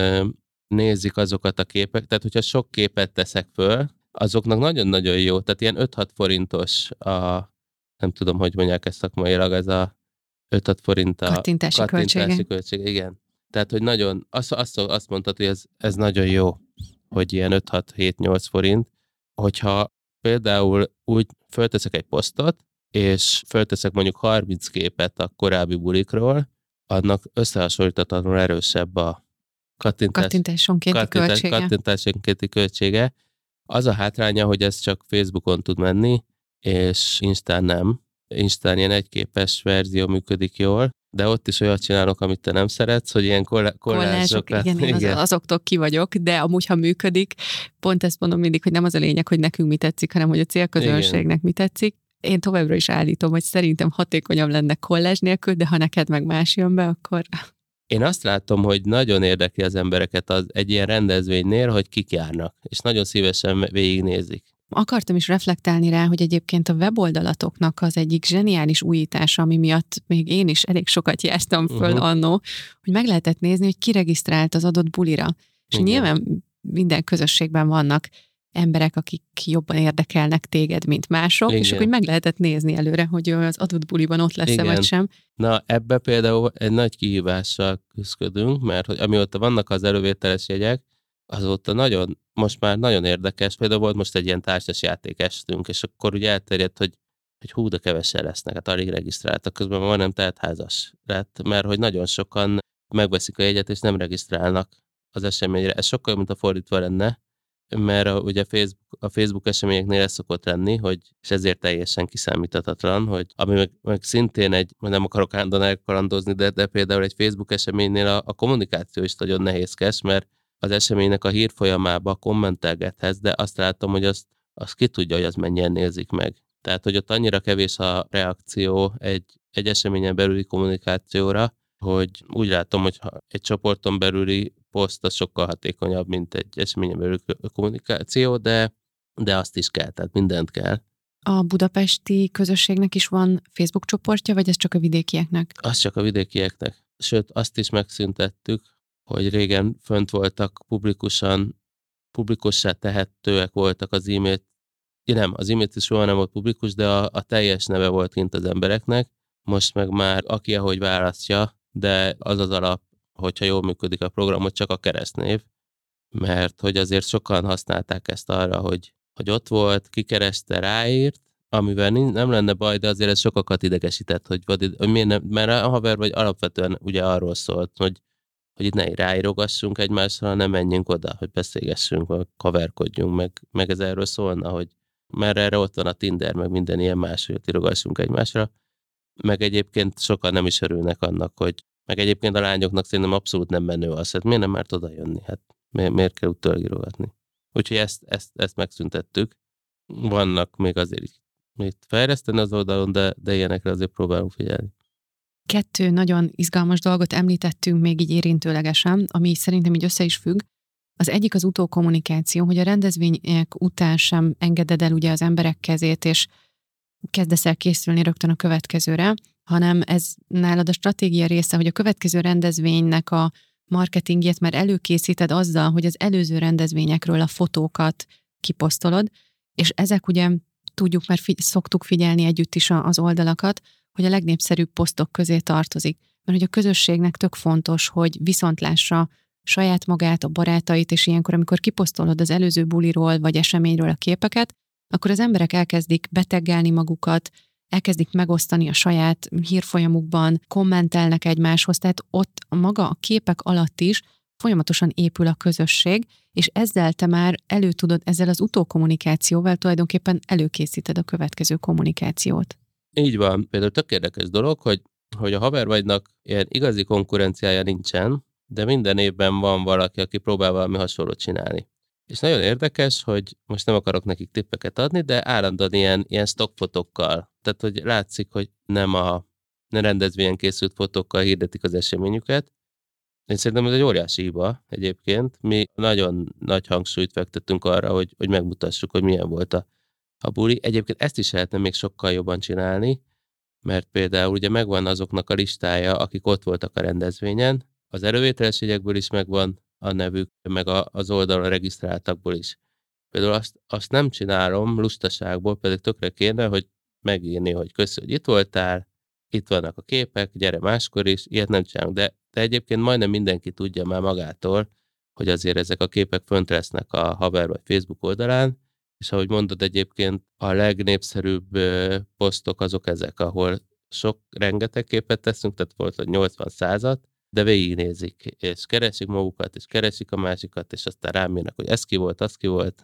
B: nézik azokat a képek, tehát hogyha sok képet teszek föl, azoknak nagyon-nagyon jó, tehát ilyen 5-6 forintos nem tudom, hogy mondják ezt szakmailag, ez a 5-6 forint a
C: kattintási
B: költsége. Igen. Tehát, hogy nagyon, azt mondtad, hogy ez nagyon jó, hogy ilyen 5-6-7-8 forint, hogyha például úgy fölteszek egy posztot, és fölteszek mondjuk 30 képet a korábbi bulikról, annak összehasonlítatlanul erősebb a kattintásonkénti költsége. Az a hátránya, hogy ez csak Facebookon tud menni, és Instán nem. Instán ilyen egyképes verzió működik jól, de ott is olyat csinálok, amit te nem szeretsz, hogy ilyen kollázsok.
C: Igen. Azoktól ki vagyok, de amúgy, ha működik, pont ezt mondom mindig, hogy nem az a lényeg, hogy nekünk mi tetszik, hanem hogy a célközönségnek mi tetszik. Én továbbra is állítom, hogy szerintem hatékonyabb lenne kollázs nélkül, de ha neked meg más jön be, akkor...
B: Én azt látom, hogy nagyon érdekli az embereket egy ilyen rendezvénynél, hogy kik járnak, és nagyon szívesen végignézik.
C: Akartam is reflektálni rá, hogy egyébként a weboldalatoknak az egyik zseniális újítása, ami miatt még én is elég sokat jártam föl annó, hogy meg lehetett nézni, hogy ki regisztrált az adott bulira. És nyilván minden közösségben vannak emberek, akik jobban érdekelnek téged, mint mások, igen. És akkor meg lehetett nézni előre, hogy az adott buliban ott lesz-e vagy sem.
B: Na, ebbe például egy nagy kihívással küzdködünk, mert hogy amióta vannak az elővételes jegyek, azóta most már nagyon érdekes, például volt most egy ilyen társas játék estünk, és akkor ugye elterjedt, hogy hú, de kevesen lesznek, hát alig regisztráltak, közben már nem teltházas lett, mert hogy nagyon sokan megveszik a jegyet, és nem regisztrálnak az eseményre. Ez sokkal, mint a fordítva lenne, mert ugye a Facebook eseményeknél ez szokott lenni, és ezért teljesen kiszámíthatatlan, hogy ami meg szintén nem akarok állandóan elkalandozni, de például egy Facebook eseménynél a kommunikáció is nagyon nehézkes, mert az eseménynek a hírfolyamába kommentelgethetsz, de azt látom, hogy azt ki tudja, hogy az mennyien nézik meg. Tehát, hogy ott annyira kevés a reakció egy eseményen belüli kommunikációra, hogy úgy látom, hogy egy csoporton belüli poszt az sokkal hatékonyabb, mint egy eseményen belüli kommunikáció, de azt is kell, tehát mindent kell.
C: A budapesti közösségnek is van Facebook csoportja, vagy ez csak a vidékieknek?
B: Az csak a vidékieknek. Sőt, azt is megszüntettük, hogy régen fönt voltak publikussá tehetőek voltak az e-mailt. Nem, az e-mailt is soha nem volt publikus, de a teljes neve volt kint az embereknek. Most meg már aki ahogy választja, de az alap, hogyha jól működik a program, hogy csak a keresztnév, mert hogy azért sokan használták ezt arra, hogy ott volt, kikereste, ráírt, amivel nem lenne baj, de azért ez sokakat idegesített, hogy miért nem, mert a haver vagy alapvetően ugye arról szólt, hogy itt ne ráírogassunk egymásra, hanem menjünk oda, hogy beszélgessünk, vagy kaverkodjunk, meg ez erről szólna, hogy mert erre ott van a Tinder, meg minden ilyen más, hogy írogassunk egymásra, meg egyébként sokan nem is örülnek annak, hogy meg egyébként a lányoknak szerintem abszolút nem menő az, hát miért nem mert oda jönni, hát miért kell utólag írogatni. Úgyhogy ezt megszüntettük. Vannak még azért itt fejleszteni az oldalon, de ilyenekre azért próbálunk figyelni.
C: 2 nagyon izgalmas dolgot említettünk még így érintőlegesen, ami szerintem így össze is függ. Az egyik az utókommunikáció, hogy a rendezvények után sem engeded el ugye az emberek kezét, és kezdesz el készülni rögtön a következőre, hanem ez nálad a stratégia része, hogy a következő rendezvénynek a marketingjét már előkészíted azzal, hogy az előző rendezvényekről a fotókat kiposztolod, és ezek ugye tudjuk, mert szoktuk figyelni együtt is az oldalakat, hogy a legnépszerűbb posztok közé tartozik. Mert hogy a közösségnek tök fontos, hogy viszont lássa saját magát, a barátait, és ilyenkor, amikor kiposztolod az előző buliról vagy eseményről a képeket, akkor az emberek elkezdik beteggelni magukat, elkezdik megosztani a saját hírfolyamukban, kommentelnek egymáshoz, tehát ott maga a képek alatt is folyamatosan épül a közösség, és ezzel te már ezzel az utókommunikációval tulajdonképpen előkészíted a következő kommunikációt.
B: Így van. Például tök érdekes dolog, hogy a Havervagynak ilyen igazi konkurenciája nincsen, de minden évben van valaki, aki próbál valami hasonlót csinálni. És nagyon érdekes, hogy most nem akarok nekik tippeket adni, de állandóan ilyen stockfotókkal. Tehát, hogy látszik, hogy nem rendezvényen készült fotókkal hirdetik az eseményüket. Én szerintem ez egy óriási hiba egyébként. Mi nagyon nagy hangsúlyt fektettünk arra, hogy megmutassuk, hogy milyen volt a buli. Egyébként ezt is lehetne még sokkal jobban csinálni, mert például ugye megvan azoknak a listája, akik ott voltak a rendezvényen, az elővételes jegyekből is megvan a nevük, meg az oldalon regisztráltakból is. Például azt nem csinálom lustaságból, pedig tökre kéne, hogy megírni, hogy köszi, hogy itt voltál, itt vannak a képek, gyere máskor is, ilyet nem csinálunk. De egyébként majdnem mindenki tudja már magától, hogy azért ezek a képek fönt lesznek a Haver vagy Facebook oldalán, és ahogy mondod, egyébként a legnépszerűbb posztok azok ezek, ahol rengeteg képet teszünk, tehát volt, hogy 80-100-at, de végignézik, és keresik magukat, és keresik a másikat, és aztán rám jönnek, hogy ez ki volt, az ki volt,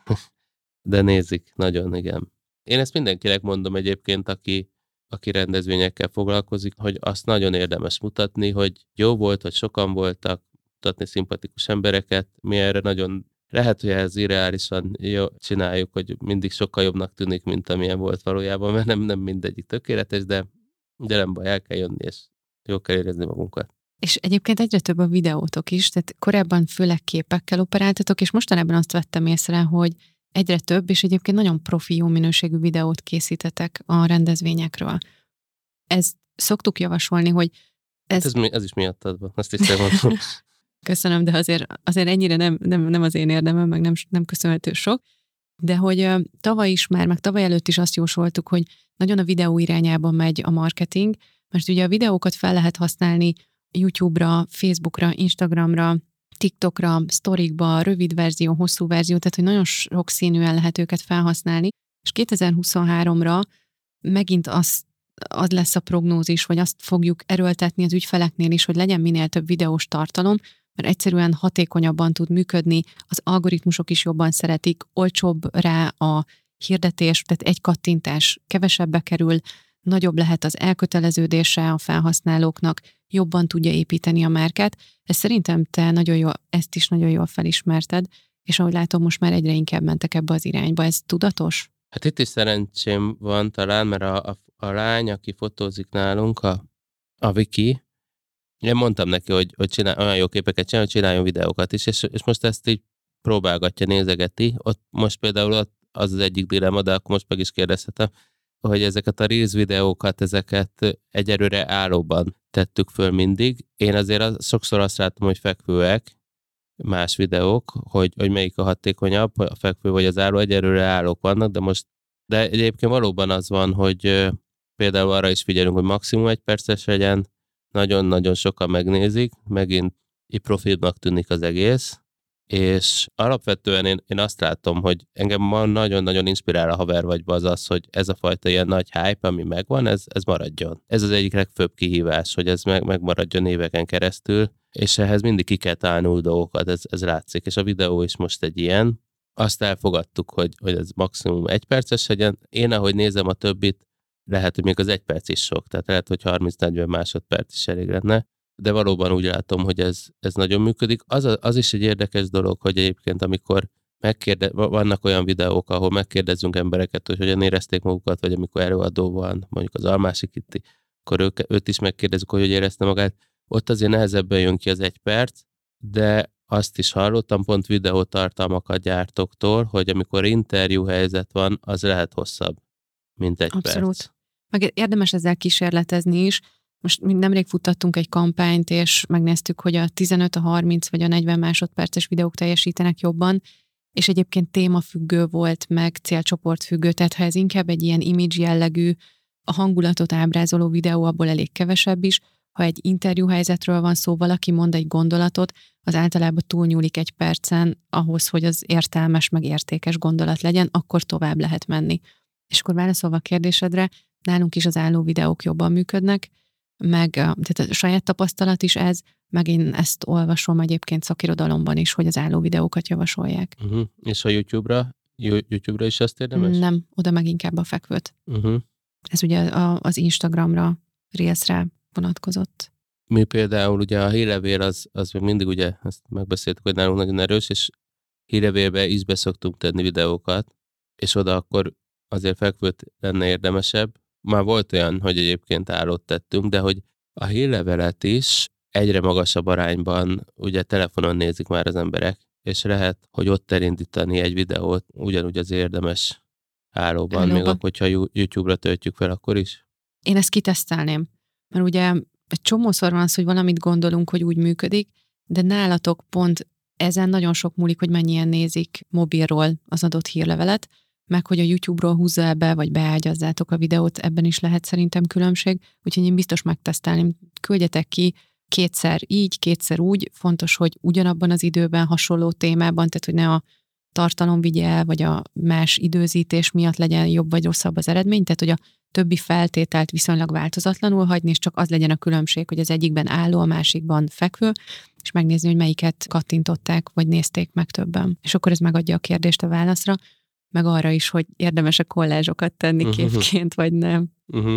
B: de nézik, nagyon, igen. Én ezt mindenkinek mondom egyébként, aki rendezvényekkel foglalkozik, hogy azt nagyon érdemes mutatni, hogy jó volt, hogy sokan voltak, mutatni szimpatikus embereket, mi erre nagyon lehet, hogy ez irreálisan jó csináljuk, hogy mindig sokkal jobbnak tűnik, mint amilyen volt valójában, mert nem mindegyik tökéletes, de nem baj, el kell jönni, és jól kell érezni magunkat.
C: És egyébként egyre több a videótok is, tehát korábban főleg képekkel operáltatok, és mostanában azt vettem észre, hogy egyre több, és egyébként nagyon profi, jó minőségű videót készítetek a rendezvényekről. Ezt szoktuk javasolni, hogy
B: ez is miattad van, azt is mondom.
C: Köszönöm, de azért ennyire nem az én érdemem, meg nem köszönhető sok, de hogy tavaly is már, meg tavaly előtt is azt jósoltuk, hogy nagyon a videó irányában megy a marketing, mert ugye a videókat fel lehet használni YouTube-ra, Facebookra, Instagramra, TikTokra, sztorikba, rövid verzió, hosszú verzió, tehát hogy nagyon sokszínűen lehet őket felhasználni, és 2023-ra megint az lesz a prognózis, vagy azt fogjuk erőltetni az ügyfeleknél is, hogy legyen minél több videós tartalom, mert egyszerűen hatékonyabban tud működni, az algoritmusok is jobban szeretik, olcsóbb rá a hirdetés, tehát egy kattintás kevesebbe kerül, nagyobb lehet az elköteleződése a felhasználóknak, jobban tudja építeni a márkát. Ez szerintem te ezt is nagyon jól felismerted, és ahogy látom, most már egyre inkább mentek ebbe az irányba. Ez tudatos?
B: Hát itt is szerencsém van talán, mert a lány, aki fotózik nálunk, a Viki, én mondtam neki, hogy olyan jó képeket csinál, hogy csináljon videókat is, és most ezt így próbálgatja, nézegeti. Ott most például az egyik dilemma, de akkor most meg is kérdezhetem, hogy ezeket a Reels videókat, ezeket egyelőre állóban tettük föl mindig. Én azért sokszor azt látom, hogy fekvőek, más videók, hogy melyik a hatékonyabb, a fekvő vagy az álló, egyelőre állók vannak, de egyébként valóban az van, hogy például arra is figyelünk, hogy maximum 1 perces legyen, nagyon-nagyon sokan megnézik, megint így profilnak tűnik az egész, és alapvetően én azt látom, hogy engem ma nagyon-nagyon inspirál a Havervagyba az, hogy ez a fajta ilyen nagy hype, ami megvan, ez maradjon. Ez az egyik legfőbb kihívás, hogy ez megmaradjon éveken keresztül, és ehhez mindig ki kell találni új dolgokat, ez látszik, és a videó is most egy ilyen. Azt elfogadtuk, hogy ez maximum 1 perces legyen. Én, ahogy nézem a többit, lehet, hogy még az 1 perc is sok, tehát lehet, hogy 30-40 másodperc is elég lenne, de valóban úgy látom, hogy ez nagyon működik. Az is egy érdekes dolog, hogy egyébként amikor vannak olyan videók, ahol megkérdezünk embereket, hogy hogyan érezték magukat, vagy amikor előadó van, mondjuk az Almási Kitti, akkor őt is megkérdezzük, hogy érezte magát. Ott azért nehezebben jön ki az 1 perc, de azt is hallottam pont videótartalmakat gyártóktól, hogy amikor interjú helyzet van, az lehet hosszabb, mint 1 perc.
C: Abszolút. Meg érdemes ezzel kísérletezni is. Most nemrég futtattunk egy kampányt, és megnéztük, hogy a 15, a 30 vagy a 40 másodperces videók teljesítenek jobban, és egyébként témafüggő volt, meg célcsoportfüggő, tehát ha ez inkább egy ilyen image jellegű, a hangulatot ábrázoló videó, abból elég kevesebb is. Ha egy interjúhelyzetről van szó, valaki mond egy gondolatot, az általában túlnyúlik 1 percen ahhoz, hogy az értelmes, meg értékes gondolat legyen, akkor tovább lehet menni. És akkor válaszolva a kérdésedre, nálunk is az álló videók jobban működnek, meg tehát a saját tapasztalat is ez, meg én ezt olvasom egyébként szakirodalomban is, hogy az álló videókat javasolják.
B: És a YouTube-ra is azt érdemes?
C: Nem, oda meg inkább a fekvőt. Ez ugye az Instagramra, Reelsre vonatkozott.
B: Mi például ugye a hírlevél az még mindig ugye, ezt megbeszéltük, hogy nálunk nagyon erős, és hírlevélbe is beszoktunk tenni videókat, és oda akkor azért fekvőt lenne érdemesebb. Már volt olyan, hogy egyébként állót tettünk, de hogy a hírlevelet is egyre magasabb arányban ugye telefonon nézik már az emberek, és lehet, hogy ott elindítani egy videót ugyanúgy az érdemes állóban, még akkor, hogyha YouTube-ra töltjük fel, akkor is.
C: Én ezt kitesztelném, mert ugye egy csomószor van az, hogy valamit gondolunk, hogy úgy működik, de nálatok pont ezen nagyon sok múlik, hogy mennyien nézik mobilról az adott hírlevelet, meg hogy a YouTube-ról húzza el be, vagy beágyazzátok a videót, ebben is lehet szerintem különbség, úgyhogy én biztos megtesztelném. Küldjetek ki 2-szer így, 2-szer úgy, fontos, hogy ugyanabban az időben, hasonló témában, tehát hogy ne a tartalom vigye el, vagy a más időzítés miatt legyen jobb vagy rosszabb az eredmény, tehát hogy a többi feltételt viszonylag változatlanul hagyni, és csak az legyen a különbség, hogy az egyikben álló, a másikban fekvő, és megnézni, hogy melyiket kattintották, vagy nézték meg többen. És akkor ez megadja a kérdést a válaszra, meg arra is, hogy érdemes-e kollázsokat tenni képként, vagy nem.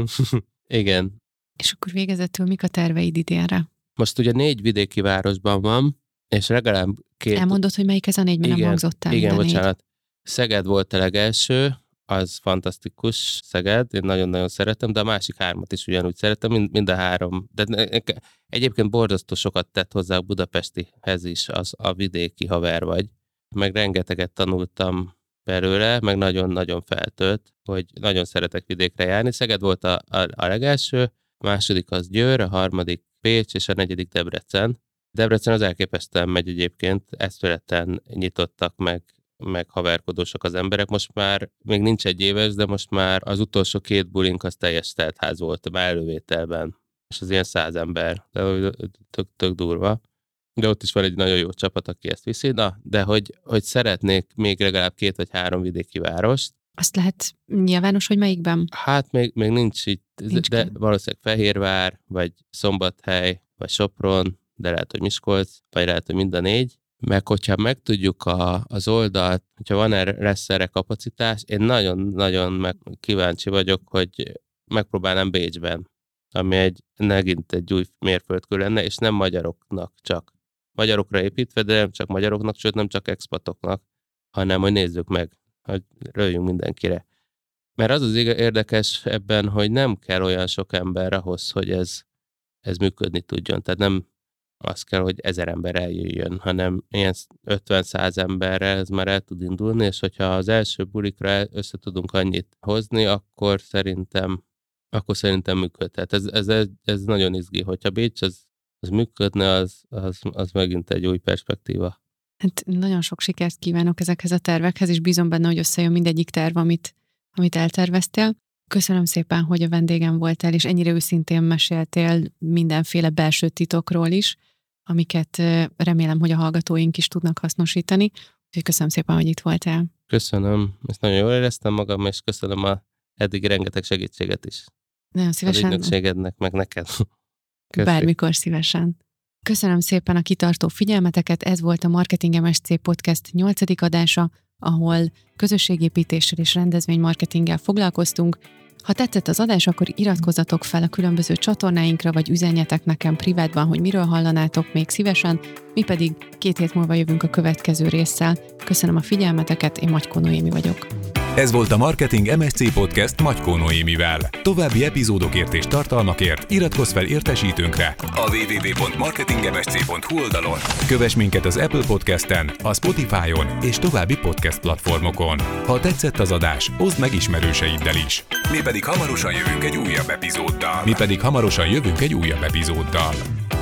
B: Igen.
C: És akkor végezetül mik a terveid idénre?
B: Most ugye 4 vidéki városban van, és legalább 2...
C: Elmondod, hogy melyik ez a 4, mert nem hangzottál.
B: Igen, bocsánat. Szeged volt a legelső, az fantasztikus Szeged, én nagyon-nagyon szeretem, de a másik 3-at is ugyanúgy szeretem, mind a 3. De egyébként borzasztó sokat tett hozzá a budapestihez is az a vidéki Havervagy. Meg rengeteget tanultam belőle, meg nagyon-nagyon feltölt, hogy nagyon szeretek vidékre járni. Szeged volt a legelső, a második az Győr, a harmadik Pécs, és a 4. Debrecen. Debrecen az elképesztően megy egyébként, eszméletlen nyitottak meg haverkodósak az emberek. Most már még nincs 1 éves, de most már az utolsó 2 bulink az teljes teltház volt, már elővételben. És az ilyen 100 ember, de tök durva. De ott is van egy nagyon jó csapat, aki ezt viszi. Na, de hogy szeretnék még legalább 2 vagy 3 vidéki várost.
C: Azt lehet nyilvános, hogy melyikben?
B: Hát még nincs itt, de valószínűleg Fehérvár, vagy Szombathely, vagy Sopron, de lehet, hogy Miskolc, vagy lehet, hogy mind a 4. Meg hogyha megtudjuk az oldalt, hogyha lesz erre kapacitás, én nagyon-nagyon kíváncsi vagyok, hogy megpróbálnám Bécsben, ami megint egy új mérföldkő lenne, és nem magyaroknak csak. Magyarokra építve, de nem csak magyaroknak, sőt nem csak expatoknak, hanem hogy nézzük meg, hogy röljünk mindenkire. Mert az érdekes ebben, hogy nem kell olyan sok ember ahhoz, hogy ez működni tudjon. Tehát nem az kell, hogy 1000 ember eljöjjön, hanem ilyen 50-100 emberrel ez már el tud indulni, és hogyha az első bulikra össze tudunk annyit hozni, akkor szerintem működhet. Ez nagyon izgi. Hogyha Bécs az működne, az megint egy új perspektíva.
C: Hát nagyon sok sikert kívánok ezekhez a tervekhez, és bízom benne, hogy összejön mindegyik terv, amit elterveztél. Köszönöm szépen, hogy a vendégem voltál, és ennyire őszintén meséltél mindenféle belső titokról is, amiket remélem, hogy a hallgatóink is tudnak hasznosítani. Úgyhogy köszönöm szépen, hogy itt voltál.
B: Köszönöm, ezt nagyon jól éreztem magam, és köszönöm a eddig rengeteg segítséget is.
C: Nagyon szívesen.
B: Az ügynökségednek, meg neked. Köszi.
C: Bármikor szívesen. Köszönöm szépen a kitartó figyelmeteket, ez volt a Marketing MSC Podcast 8. adása, ahol közösségépítéssel és rendezvénymarketinggel foglalkoztunk. Ha tetszett az adás, akkor iratkozzatok fel a különböző csatornáinkra, vagy üzenjetek nekem privátban, hogy miről hallanátok még szívesen, mi pedig 2 hét múlva jövünk a következő résszel. Köszönöm a figyelmeteket, én Magykó Noémi vagyok.
A: Ez volt a Marketing MSC Podcast Magykó Noémivel. További epizódokért és tartalmakért iratkozz fel értesítőnkre a www.marketingmsc.hu oldalon. Kövess minket az Apple Podcasten, a Spotify-on és további podcast platformokon. Ha tetszett az adás, oszd meg ismerőseiddel is. Mi pedig hamarosan jövünk egy újabb epizóddal.